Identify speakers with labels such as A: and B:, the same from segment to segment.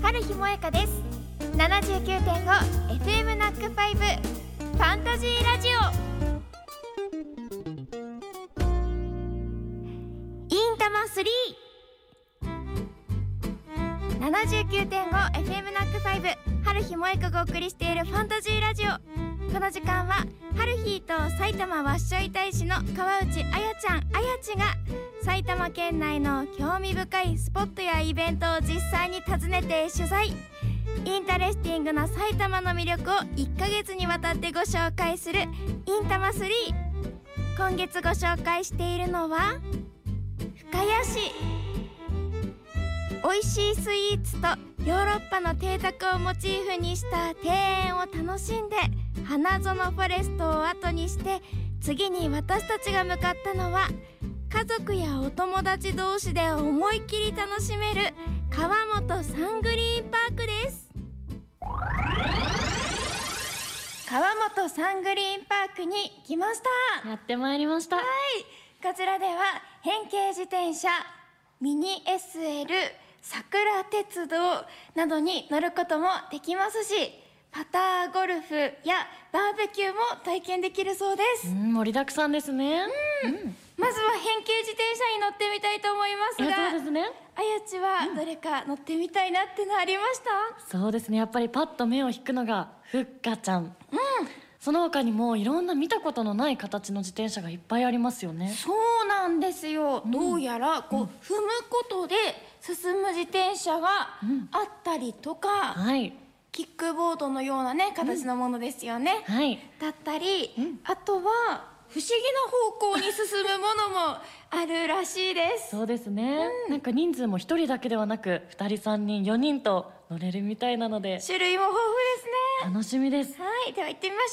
A: 春日萌香です。 79.5 FM ナック5ファンタジーラジオインタマ3 79.5 FM ナック5春日萌香がお送りしているファンタジーラジオ。この時間は春日と埼玉わっしょい大使の川内あやちゃんあやちが埼玉県内の興味深いスポットやイベントを実際に訪ねて取材。インタレスティングな埼玉の魅力を1ヶ月にわたってご紹介するインタマ3。今月ご紹介しているのは深谷市。美味しいスイーツとヨーロッパの邸宅をモチーフにした庭園を楽しんで花園フォレストを後にして、次に私たちが向かったのは家族やお友達同士で思いっきり楽しめる川本サングリーンパークです。川本サングリーンパークに来ました。
B: やってまいりました。
A: はい、こちらでは変形自転車、ミニ SL、桜鉄道などに乗ることもできますし、パターゴルフやバーベキューも体験できるそうです。
B: 盛りだくさんですね。
A: まずは変形自転車に乗ってみたいと思いますが、
B: そうですね。
A: あやちはどれか乗ってみたいなってのありました？
B: そうですね、やっぱりパッと目を引くのがふっかちゃん。その他にもいろんな見たことのない形の自転車がいっぱいありますよね。
A: そうなんですよ、どうやらこう、踏むことで進む自転車があったりとか、
B: はい、
A: キックボードのようなね形のものですよね、
B: はい、
A: だったり、あとは不思議な方向に進むものもあるらしいです。
B: そうですね、なんか人数も1人だけではなく2人3人4人と乗れるみたいなので
A: 種類も豊富ですね。
B: 楽しみです。
A: はい、では行ってみまし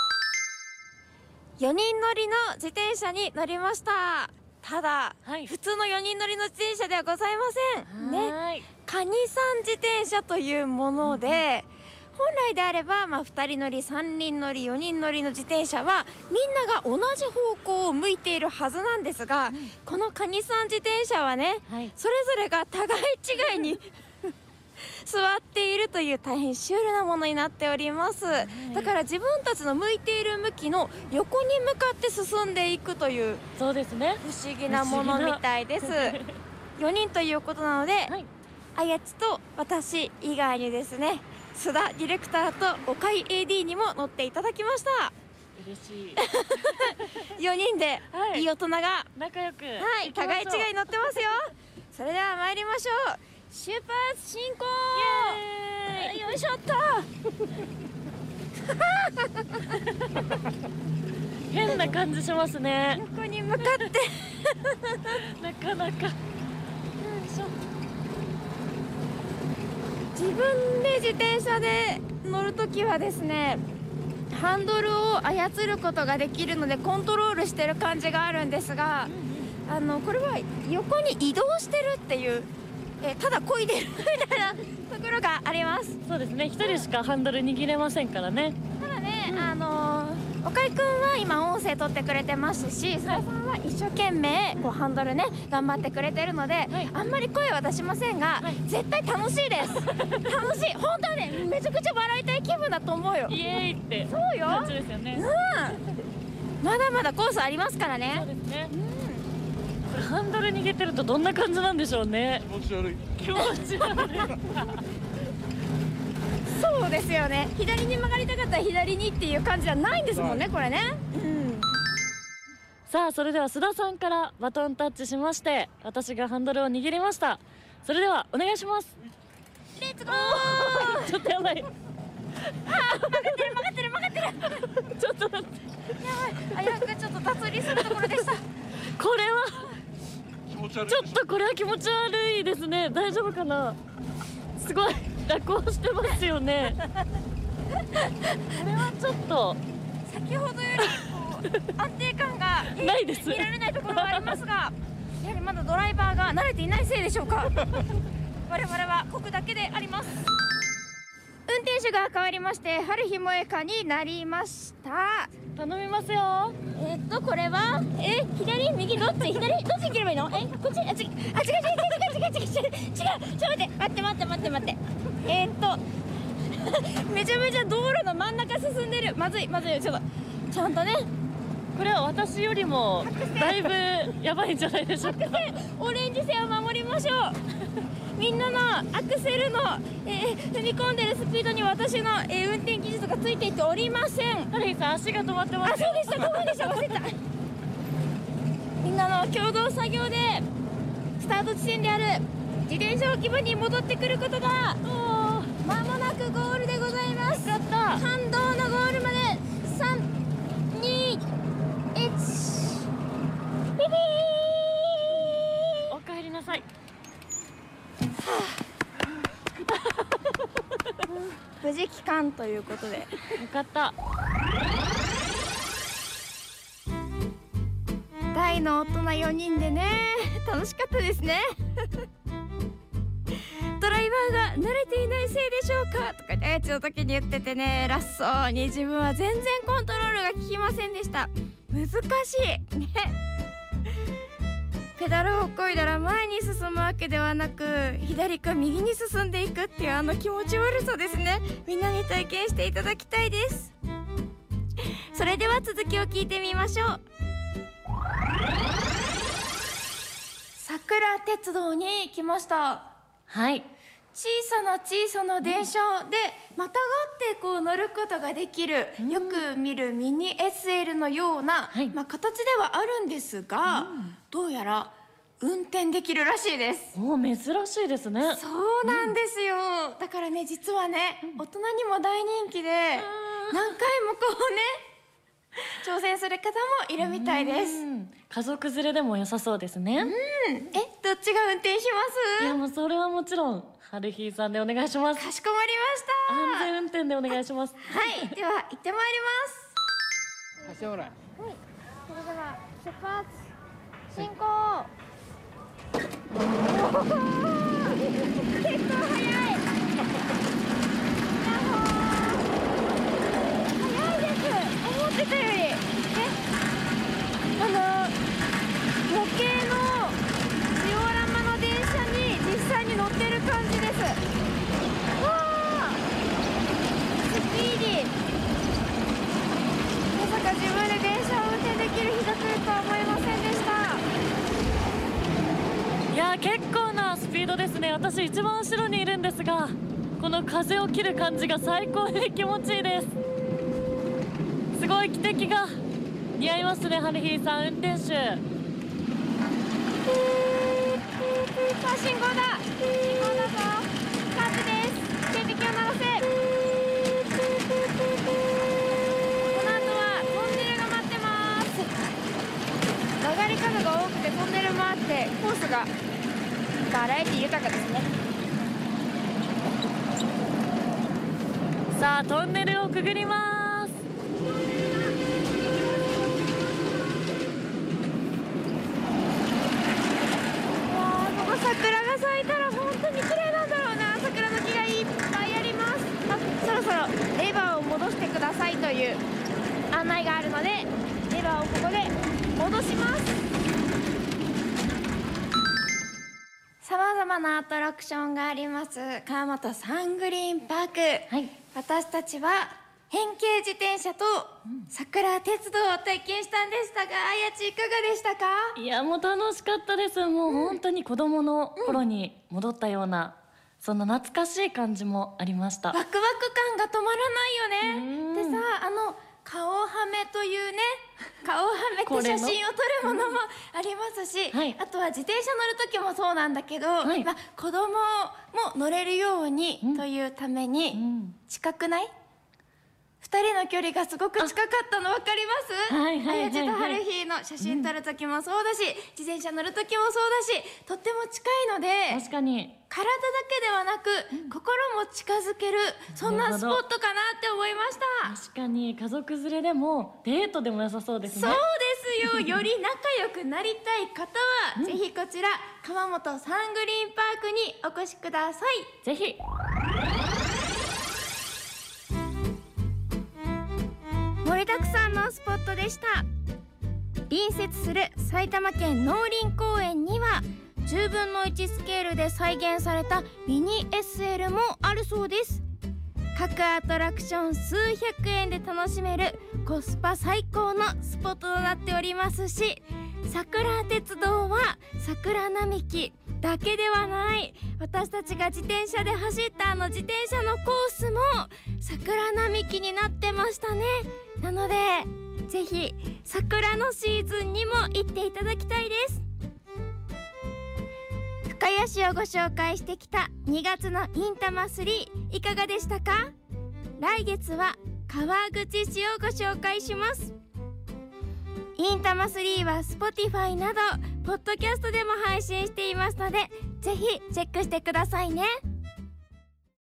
A: ょう。4人乗りの自転車に乗りました。ただ、普通の4人乗りの自転車ではございませんね。カニさん自転車というもので、本来であれば、2人乗り3人乗り4人乗りの自転車はみんなが同じ方向を向いているはずなんですが、このカニさん自転車はね、それぞれが互い違いに座っているという大変シュールなものになっております。だから自分たちの向いている向きの横に向かって進んでいくという、
B: そうですね、
A: 不思議なものみたいです。4人ということなので、あやちと私以外にですね、須田ディレクターと岡井 AD にも乗っていただきました。
B: 嬉しい
A: 4人でいい大人が
B: 仲良く、
A: 互い違い乗ってますよ。それでは参りましょう。出発進行。よいしょっと
B: 変な感じしますね。
A: 横に向かって
B: なかなか
A: 自分で自転車で乗るときはですね、ハンドルを操ることができるのでコントロールしてる感じがあるんですが、これは横に移動してるっていう、ただ漕いでるみたいなところがあります。
B: そうですね、一人しかハンドル握れませんからね。
A: ただね、岡井くんは今音声取ってくれてますし、須田さんは一生懸命こうハンドルね頑張ってくれてるので、あんまり声は出しませんが、絶対楽しいです楽しい、本当はね、めちゃくちゃ笑いたい気分だと思うよ。
B: イエーイって
A: そうよ、
B: 感じですよね。
A: まだまだコースありますからね。
B: そうですね、これハンドル握ってるとどんな感じなんでしょうね。
C: 気持ち悪い。
B: 気持ち悪い
A: そうですよね、左に曲がりたかったら左にっていう感じじゃないんですもんね、これね。
B: さあ、それでは須田さんからバトンタッチしまして、私がハンドルを握りました。それではお願いします。
A: レッツゴー
B: ちょっとやばい
A: 曲がってる
B: ちょっと待って、
A: やばい、危うくちょっと脱離するところでした。
B: これは
C: 気持ち悪い。
B: ちょっとこれは気持ち悪いですね。大丈夫かな。すごい蛇行してますよねこれはちょっと
A: 先ほどよりこう安定感が
B: ないです。
A: 見られないところがありますが、やはりまだドライバーが慣れていないせいでしょうか我々は漕ぐだけであります。運転手が変わりまして春日萌香になりました。
B: 頼みますよ。
A: これは左右どっち行ければいいの？こっち違うちょっと待ってめちゃめちゃ道路の真ん中進んでる。まずいちょっとちゃんとね、
B: これは私よりもだいぶやばいんじゃないでしょうか。
A: オレンジ線を守りましょう。みんなのアクセルの、踏み込んでるスピードに私の、運転技術がついていっておりません。
B: ハリーさん、足が止まってます。
A: あ、そうでした、ごめんでした、忘れた。みんなの共同作業でスタート地点である自転車置き場に戻ってくることがまもなくゴールでございます。
B: やった。
A: 感動のゴールまで3、2、1、ピピー。
B: おかえりなさい。
A: 無事帰還ということで
B: よかった。
A: 大の大人4人でね、楽しかったですね。ドライバーが慣れていないせいでしょうかとかね、の時に言っててね、偉そうに自分は全然コントロールが効きませんでした。難しいね。ペダルを漕いだら前に進むわけではなく、左か右に進んでいくっていうあの気持ち悪さですね。みんなに体験していただきたいです。それでは続きを聞いてみましょう。桜鉄道に来ました。
B: はい。
A: 小さな電車でまたがってこう乗ることができる、よく見るミニ SL のような、形ではあるんですが、どうやら運転できるらしいです。
B: おー、珍しいですね。
A: そうなんですよ。だからね、実はね、大人にも大人気で何回もこうね挑戦する方もいるみたいです。
B: 家族連れでも良さそうですね。
A: どっちが運転します？
B: いや、もうそれはもちろんハルヒーさんでお願いします。
A: かしこまりました。
B: 安全運転でお願いします。
A: はい、では行ってまいります。
C: 貸してもらえ。
A: はい、それでは出発進行。結構早い。早いです。思ってたより模型のジオラマの電車に実際に乗ってる感じです。わあ、スピーディー。まさか自分で電車を運転できる日が来るとは思いませんでした。
B: いや、結構なスピードですね。私一番後ろにいるんですが、この風を切る感じが最高に気持ちいいです。すごい汽笛が似合いますね、ハルヒーさん運転手。
A: さあ、信号だぞ。カーブです。点滴を鳴らせ。この後はトンネルが待ってます。曲がり角が多くてトンネルもあってコースがバラエティ豊かですね。
B: さあ、トンネルをくぐります。
A: 桜が咲いたら本当に綺麗なんだろうな。桜の木がいっぱいあります。そろそろレバーを戻してくださいという案内があるので、レバーをここで戻します。さまざまなアトラクションがあります川本サングリーンパーク、私たちは変形自転車と桜鉄道を体験したんでしたが、あやちいかがでしたか？
B: いや、もう楽しかったです。もう本当に子供の頃に戻ったような、そんな懐かしい感じもありました。
A: ワクワク感が止まらないよね。でさ、顔はめというね、顔はめて写真を撮るものもありますし、あとは自転車乗る時もそうなんだけど、子供も乗れるようにというために、近くない？2人の距離がすごく近かったの分かります？あやちとハルヒーの写真撮る時もそうだし、自転車乗る時もそうだし、とっても近いので、
B: 確かに
A: 体だけではなく、心も近づける、そんなスポットかなって思いました。
B: 確かに家族連れでもデートでも良さそうですね。
A: そうですよ。より仲良くなりたい方は、ぜひこちら川本サングリーンパークにお越しください。
B: ぜひ。
A: 盛りだくさんのスポットでした。隣接する埼玉県農林公園には 10分の1スケールで再現されたミニ SL もあるそうです。各アトラクション数百円で楽しめるコスパ最高のスポットとなっておりますし、桜鉄道は桜並木だけではない、私たちが自転車で走った自転車のコースも桜並木になってましたね。なのでぜひ桜のシーズンにも行っていただきたいです。深谷市をご紹介してきた2月のインタマ3いかがでしたか？来月は川口市をご紹介します。インタマ3は Spotify などポッドキャストでも配信していますので、ぜひチェックしてくださいね。